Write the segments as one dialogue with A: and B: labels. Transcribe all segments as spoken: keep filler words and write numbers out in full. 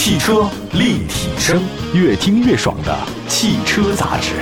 A: 汽车立体声，越听越爽的汽车杂志。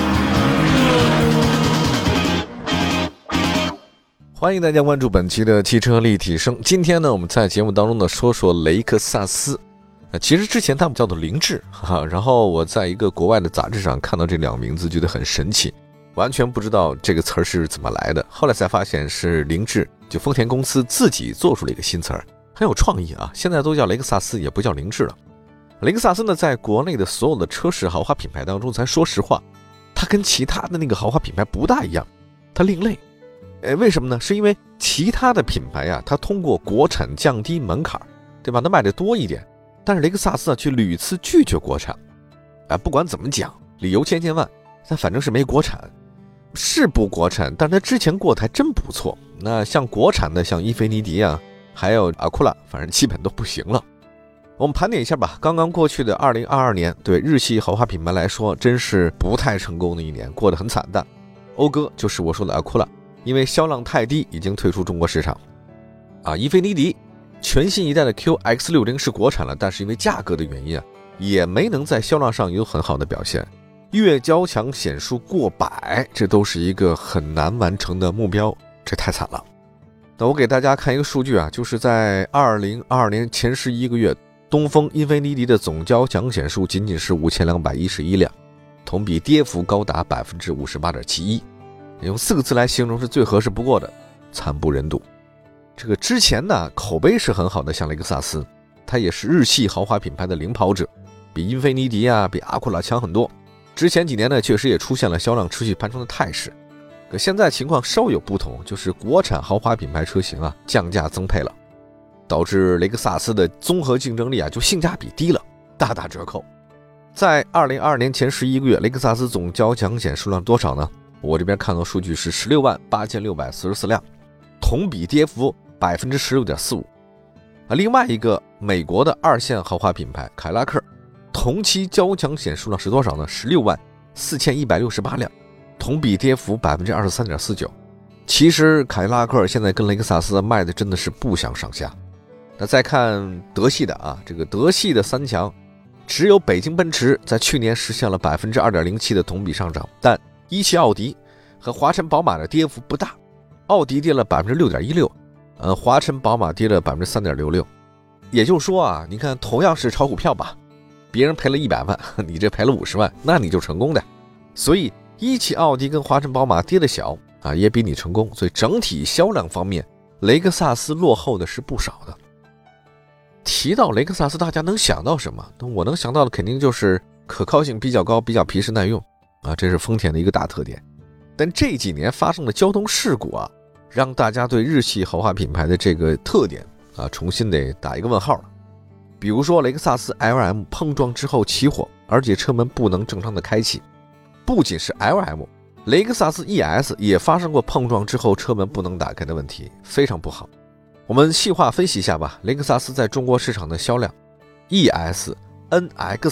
A: 欢迎大家关注本期的汽车立体声。今天呢，我们在节目当中呢说说雷克萨斯。其实之前他们叫做凌志哈，然后我在一个国外的杂志上看到这两个名字，觉得很神奇，完全不知道这个词儿是怎么来的。后来才发现是凌志，就丰田公司自己做出了一个新词儿，很有创意啊！现在都叫雷克萨斯，也不叫凌志了。雷克萨斯呢，在国内的所有的车市豪华品牌当中，咱说实话，它跟其他的那个豪华品牌不大一样，它另类。哎，为什么呢？是因为其他的品牌啊，它通过国产降低门槛，对吧？它卖的多一点。但是雷克萨斯啊，却屡次拒绝国产。啊，不管怎么讲，理由千千万，但反正是没国产。是不国产，但是它之前过得还真不错。那像国产的，像英菲尼迪啊，还有阿库拉，反正基本都不行了。我们盘点一下吧，刚刚过去的二零二二年，对日系豪华品牌来说，真是不太成功的一年，过得很惨淡。讴歌就是我说的阿库拉，因为销量太低，已经退出中国市场。啊，英菲尼迪全新一代的 Q X 六十 是国产了，但是因为价格的原因啊，也没能在销量上有很好的表现。月交强险数过百，这都是一个很难完成的目标，这太惨了。那我给大家看一个数据啊，就是在二零二二年前十一个月，东风英菲尼迪的总交强险数仅仅是五千两百一十一辆，同比跌幅高达 百分之五十八点七一， 用四个字来形容是最合适不过的，惨不忍睹。这个之前呢，口碑是很好的，像雷克萨斯，它也是日系豪华品牌的领跑者，比英菲尼迪啊，比阿库拉强很多。之前几年呢，确实也出现了销量持续攀升的态势。可现在情况稍有不同，就是国产豪华品牌车型啊降价增配了，导致雷克萨斯的综合竞争力啊就性价比低了，大打折扣。在二零二二年前十一个月，雷克萨斯总交强险数量多少呢？我这边看到数据是十六万八千六百四十四辆，同比跌幅 百分之十六点四五。 另外一个美国的二线豪华品牌凯拉克，同期交强险数量是多少呢？十六万四千一百六十八辆，同比跌幅 百分之二十三点四九。 其实凯拉克现在跟雷克萨斯卖的真的是不相上下。那再看德系的啊，这个德系的三强，只有北京奔驰在去年实现了 百分之二点零七 的同比上涨，但一汽奥迪和华晨宝马的跌幅不大，奥迪跌了 百分之六点一六， 呃，华晨宝马跌了 百分之三点六六。 也就是说啊，你看同样是炒股票吧，别人赔了一百万，你这赔了五十万，那你就成功的。所以一汽奥迪跟华晨宝马跌的小啊，也比你成功，所以整体销量方面，雷克萨斯落后的是不少的。提到雷克萨斯，大家能想到什么？我能想到的肯定就是可靠性比较高，比较皮实耐用啊，这是丰田的一个大特点。但这几年发生的交通事故啊，让大家对日系豪华品牌的这个特点啊，重新得打一个问号了。比如说雷克萨斯 L M 碰撞之后起火，而且车门不能正常的开启。不仅是 L M， 雷克萨斯 E S 也发生过碰撞之后车门不能打开的问题，非常不好。我们细化分析一下吧。雷克萨斯在中国市场的销量 E S、N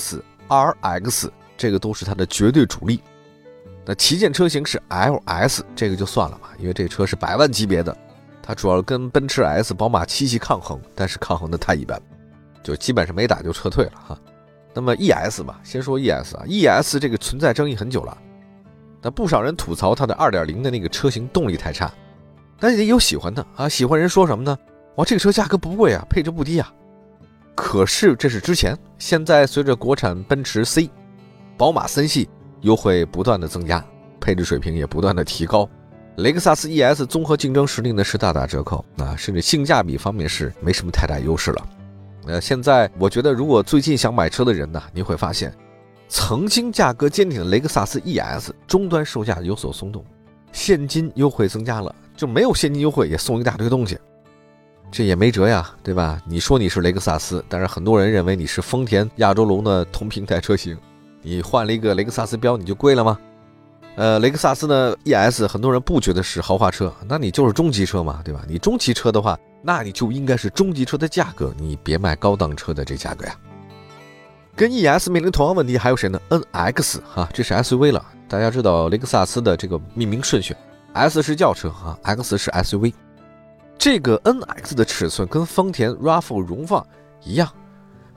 A: X、R X 这个都是它的绝对主力。那旗舰车型是 L S， 这个就算了吧，因为这车是百万级别的，它主要跟奔驰 S、宝马七系抗衡，但是抗衡的太一般，就基本上没打就撤退了哈。那么 E S 吧，先说 E S 啊 ，E S 这个存在争议很久了，那不少人吐槽它的 二点零 的那个车型动力太差，但也有喜欢的啊，喜欢人说什么呢？哇，这个车价格不贵啊，配置不低啊。可是这是之前，现在随着国产奔驰 C、宝马三系优惠不断的增加，配置水平也不断的提高，雷克萨斯 E S 综合竞争实力呢是大打折扣啊，甚至性价比方面是没什么太大优势了。呃，现在我觉得如果最近想买车的人呢，你会发现曾经价格坚挺的雷克萨斯 E S 终端售价有所松动，现金优惠增加了，就没有现金优惠也送一大堆东西，这也没辙呀，对吧？你说你是雷克萨斯，但是很多人认为你是丰田亚洲龙的同平台车型，你换了一个雷克萨斯标你就贵了吗？呃，雷克萨斯呢 E S 很多人不觉得是豪华车，那你就是中级车嘛，对吧？你中级车的话，那你就应该是中级车的价格，你别卖高档车的这价格呀。跟 E S 面临同样问题还有谁呢？ N X 哈，这是 S U V 了。大家知道雷克萨斯的这个命名顺序 ，S 是轿车啊 ，X 是 S U V。这个 N X 的尺寸跟丰田 R A V 荣放一样，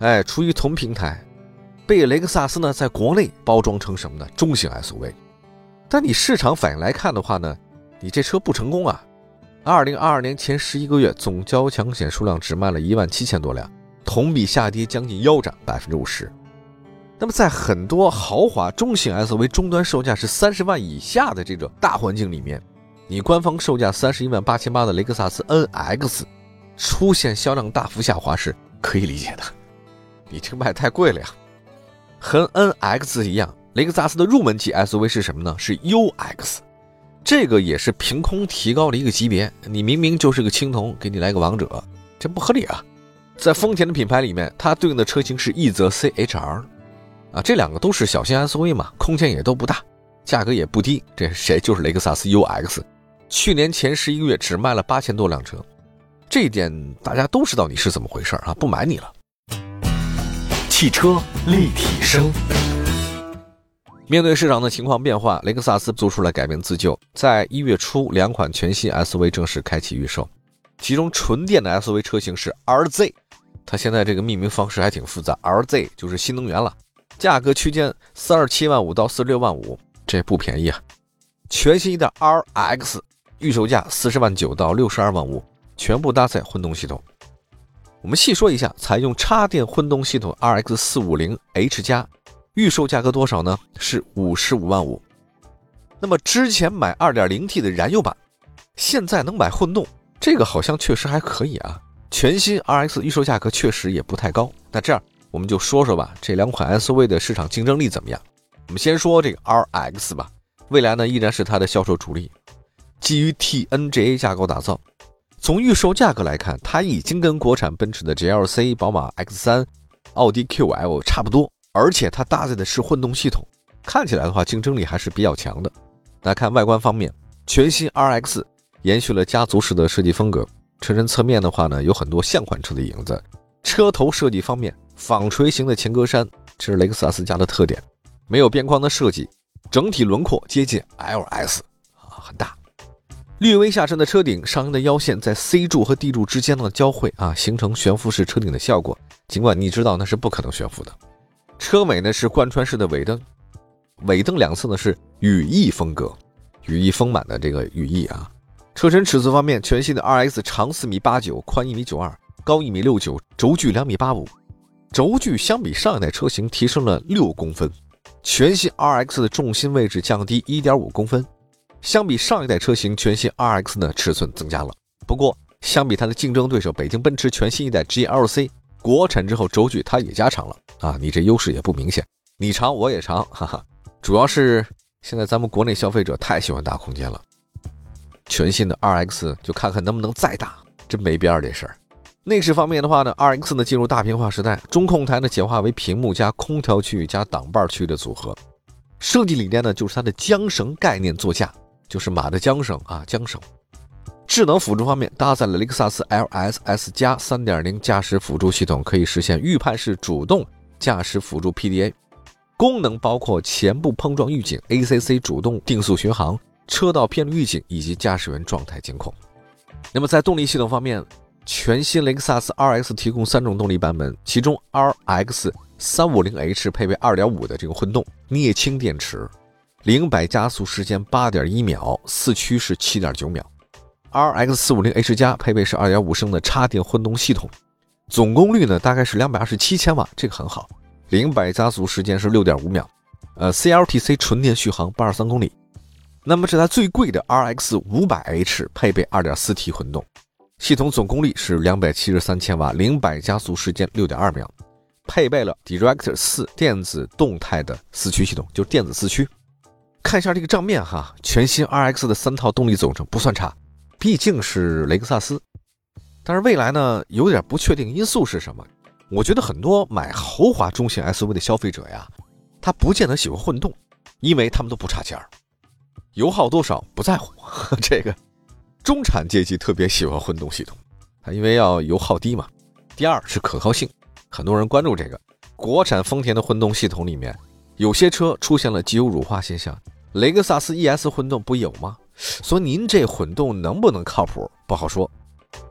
A: 哎，出于同平台，被雷克萨斯呢在国内包装成什么呢？中型 S U V。但你市场反应来看的话呢，你这车不成功啊。二零二二年前十一个月，总交强险数量只卖了一万七千多辆，同比下跌将近腰斩 百分之五十。那么在很多豪华中型 S U V 终端售价是三十万以下的这种大环境里面，你官方售价三十一万八千八的雷克萨斯 N X 出现销量大幅下滑是可以理解的，你这卖太贵了呀。和 N X 一样，雷克萨斯的入门级 S U V 是什么呢？是 U X， 这个也是凭空提高了一个级别。你明明就是个青铜，给你来个王者，这不合理啊。在丰田的品牌里面，它对应的车型是奕泽 C H R 啊，这两个都是小型 S U V 嘛，空间也都不大，价格也不低。这谁就是雷克萨斯 U X， 去年前十一个月只卖了八千多辆车，这一点大家都知道你是怎么回事啊，不买你了。
B: 汽车立体声。
A: 面对市场的情况变化，雷克萨斯做出了改变自救，在一月初，两款全新 S U V 正式开启预售，其中纯电的 S U V 车型是 R Z， 它现在这个命名方式还挺复杂 ，R Z 就是新能源了。价格区间三十七万五到四十六万五，这不便宜啊。全新的 R X 预售价四十万九到六十二万五，全部搭载混动系统。我们细说一下，采用插电混动系统 R X 四五零 H 加，预售价格多少呢？是五十五万五。那么之前买 二点零 T 的燃油版，现在能买混动，这个好像确实还可以啊。全新 R X 预售价格确实也不太高。那这样我们就说说吧，这两款 S U V 的市场竞争力怎么样？我们先说这个 R X 吧，未来呢依然是它的销售主力，基于 T N G A 架构打造。从预售价格来看，它已经跟国产奔驰的 G L C、宝马 X 三、奥迪 Q L 差不多，而且它搭载的是混动系统，看起来的话竞争力还是比较强的。来看外观方面，全新 R X 延续了家族式的设计风格，车身侧面的话呢有很多现款车的影子。车头设计方面，纺锤形的前格栅，这是雷克萨斯家的特点，没有边框的设计，整体轮廓接近 L S 啊，很大。略微下沉的车顶，上扬的腰线在 C 柱和 D 柱之间的交汇啊，形成悬浮式车顶的效果。尽管你知道那是不可能悬浮的。车尾呢是贯穿式的尾灯，尾灯两侧呢是羽翼风格，羽翼丰满的这个羽翼啊。车身尺寸方面，全新的 R X 长四米八九，宽一米九二。高一米六九，轴距两米八五，轴距相比上一代车型提升了六公分。全新 R X 的重心位置降低 一点五公分，相比上一代车型，全新 R X 呢尺寸增加了。不过，相比它的竞争对手北京奔驰全新一代 G L C， 国产之后轴距它也加长了啊，你这优势也不明显，你长我也长，哈哈。主要是现在咱们国内消费者太喜欢大空间了，全新的 R X 就看看能不能再大，真没边儿这事儿。内饰方面的话呢 ，R X 呢进入大屏化时代，中控台呢简化为屏幕加空调区域加挡把区域的组合。设计理念呢就是它的缰绳概念座驾，就是马的缰绳啊，缰绳。智能辅助方面，搭载了雷克萨斯 L S S 加 三点零 驾驶辅助系统，可以实现预判式主动驾驶辅助 P D A。功能包括前部碰撞预警、A C C 主动定速巡航、车道偏离预警以及驾驶员状态监控。那么在动力系统方面，全新雷克萨斯 R X 提供三种动力版本，其中 R X 三五零 H 配备 二点五 的这个混动镍氢电池，零百加速时间 八点一秒，四驱是 七点九秒。R X 四五零 H 加配备是 二点五 升的插电混动系统，总功率呢大概是两百二十七千瓦，这个很好，零百加速时间是 六点五秒，呃 C L T C 纯电续航八十三公里。那么这台最贵的 R X 五百 H 配备 二点四 T 混动，系统总功率是两百七十三千瓦，零百加速时间 六点二秒，配备了 Director 四电子动态的四驱系统，就是电子四驱。看一下这个账面哈，全新 R X 的三套动力总成不算差，毕竟是雷克萨斯。但是未来呢，有点不确定因素是什么？我觉得很多买豪华中型 S U V 的消费者呀，他不见得喜欢混动，因为他们都不差钱儿，油耗多少不在乎。这个中产阶级特别喜欢混动系统，因为要油耗低嘛。第二是可靠性，很多人关注这个。国产丰田的混动系统里面，有些车出现了机油乳化现象，雷克萨斯 E S 混动不有吗？所以您这混动能不能靠谱不好说。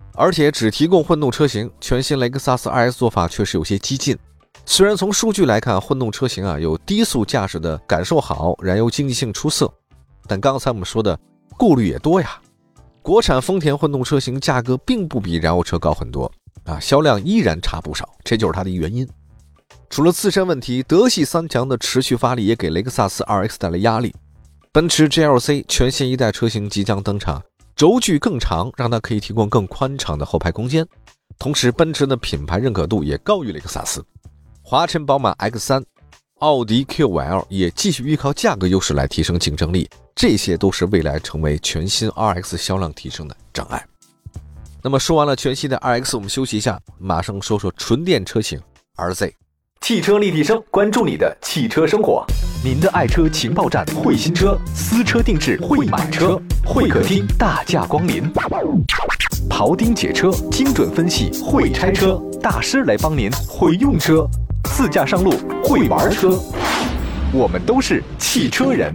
A: 而且只提供混动车型，全新雷克萨斯 R X 做法却是有些激进。虽然从数据来看，混动车型啊有低速驾驶的感受好，燃油经济性出色，但刚才我们说的顾虑也多呀。国产丰田混动车型价格并不比燃油车高很多啊，销量依然差不少，这就是它的原因。除了自身问题，德系三强的持续发力也给雷克萨斯 R X 带来压力。奔驰 G L C 全新一代车型即将登场，轴距更长，让它可以提供更宽敞的后排空间。同时，奔驰的品牌认可度也高于雷克萨斯。华晨宝马 X 三、奥迪 Q 五 L 也继续依靠价格优势来提升竞争力，这些都是未来成为全新 R X 销量提升的障碍。那么说完了全新的 R X， 我们休息一下，马上说说纯电车型 R Z。
B: 汽车立体声，关注你的汽车生活。您的爱车情报站，会新车，私车定制，会买车，会客厅大驾光临。庖丁解车，精准分析，会拆车，大师来帮您，会用车，自驾上路，会玩车。我们都是汽车人。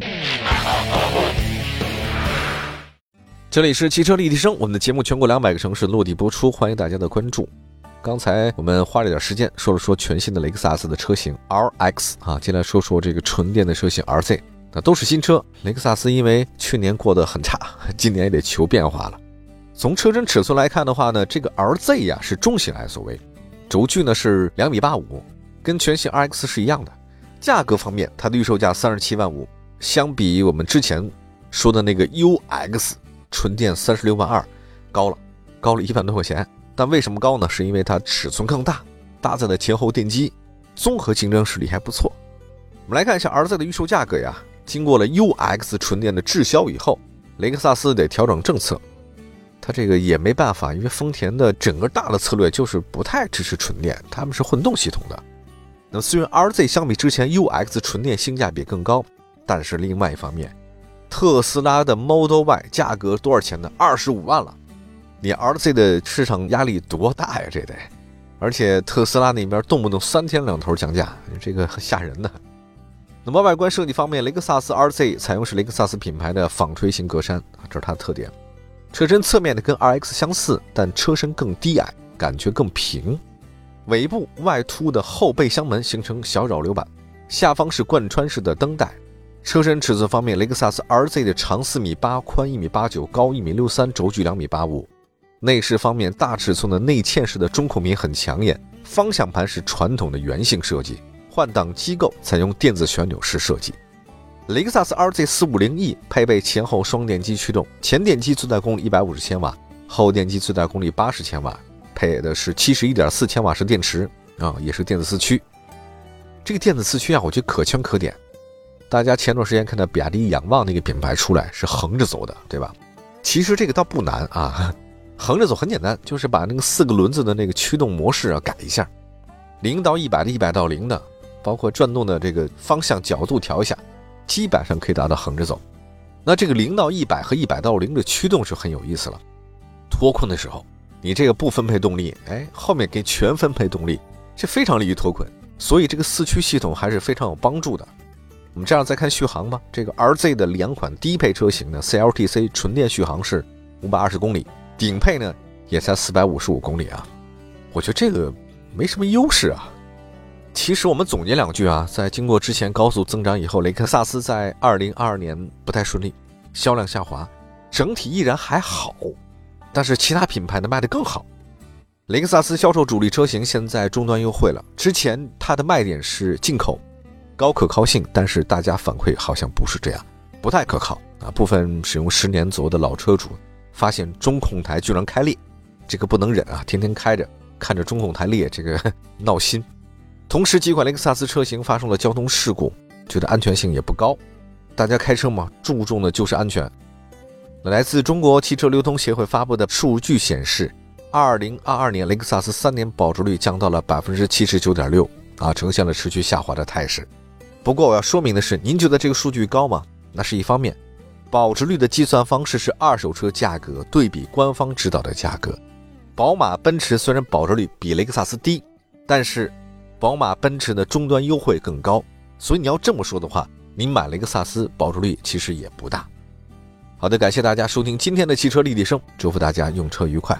A: 这里是汽车立体声，我们的节目全国两百个城市落地播出，欢迎大家的关注。刚才我们花了点时间说了说全新的雷克萨斯的车型 R X 啊，接下来说说这个纯电的车型 R Z， 那都是新车。雷克萨斯因为去年过得很差，今年也得求变化了。从车身尺寸来看的话呢，这个 R Z 呀、啊、是中型 S U V， 轴距呢是两米八五，跟全新 R X 是一样的。价格方面，它的预售价三十七万五，相比我们之前说的那个 U X 纯电三十六万二，高了，高了一万多块钱。但为什么高呢？是因为它尺寸更大，搭载的前后电机，综合竞争实力还不错。我们来看一下 R Z 的预售价格呀。经过了 U X 纯电的滞销以后，雷克萨斯得调整政策。它这个也没办法，因为丰田的整个大的策略就是不太支持纯电，他们是混动系统的。那么虽然 R Z 相比之前 U X 纯电性价比更高，但是另外一方面，特斯拉的 Model Y 价格多少钱呢？二十五万了。你 R Z 的市场压力多大呀？这得，而且特斯拉那边动不动三天两头降价，这个很吓人的。那么外观设计方面，雷克萨斯 R Z 采用是雷克萨斯品牌的纺锤型格栅，这是它的特点。车身侧面的跟 R X 相似，但车身更低矮，感觉更平。尾部外凸的后备箱门形成小扰流板，下方是贯穿式的灯带。车身尺寸方面，雷克萨斯 R Z 的长四米八，宽一米八九，高一米六三，轴距两米八五。内饰方面，大尺寸的内嵌式的中控屏很抢眼，方向盘是传统的圆形设计，换挡机构采用电子旋钮式设计。雷克萨斯 R Z 四五零 E 配备前后双电机驱动，前电机最大功率一百五十千瓦，后电机最大功率八十千瓦，配的是 七十一点四千瓦时电池啊，也是电子四驱。这个电子四驱啊，我觉得可圈可点。大家前段时间看到比亚迪仰望那个品牌出来是横着走的，对吧？其实这个倒不难啊。横着走很简单，就是把那个四个轮子的那个驱动模式啊改一下，零到一百的一百到零的，包括转动的这个方向角度调一下，基本上可以达到横着走。那这个零到一百和一百到零的驱动是很有意思了。脱困的时候，你这个不分配动力，哎，后面给全分配动力，这非常利于脱困，所以这个四驱系统还是非常有帮助的。我们这样再看续航吧，这个 R Z 的两款低配车型呢 ，C L T C 纯电续航是五百二十公里。顶配呢也才四百五十五公里啊，我觉得这个没什么优势啊。其实我们总结两句啊，在经过之前高速增长以后，雷克萨斯在二零二二年不太顺利，销量下滑，整体依然还好，但是其他品牌的卖得更好。雷克萨斯销售主力车型现在终端优惠了，之前它的卖点是进口，高可靠性，但是大家反馈好像不是这样，不太可靠啊。部分使用十年左右的老车主发现中控台居然开裂，这个不能忍啊！天天开着，看着中控台裂，这个闹心。同时，几款雷克萨斯车型发生了交通事故，觉得安全性也不高。大家开车嘛，注重的就是安全。来自中国汽车流通协会发布的数据显示，二零二二年雷克萨斯三年保值率降到了 百分之七十九点六 啊，呈现了持续下滑的态势。不过我要说明的是，您觉得这个数据高吗？那是一方面。保值率的计算方式是二手车价格对比官方指导的价格。宝马、奔驰虽然保值率比雷克萨斯低，但是宝马、奔驰的终端优惠更高，所以你要这么说的话，你买雷克萨斯保值率其实也不大。好的，感谢大家收听今天的汽车立体声，祝福大家用车愉快，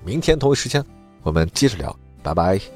A: 明天同一时间我们接着聊，拜拜。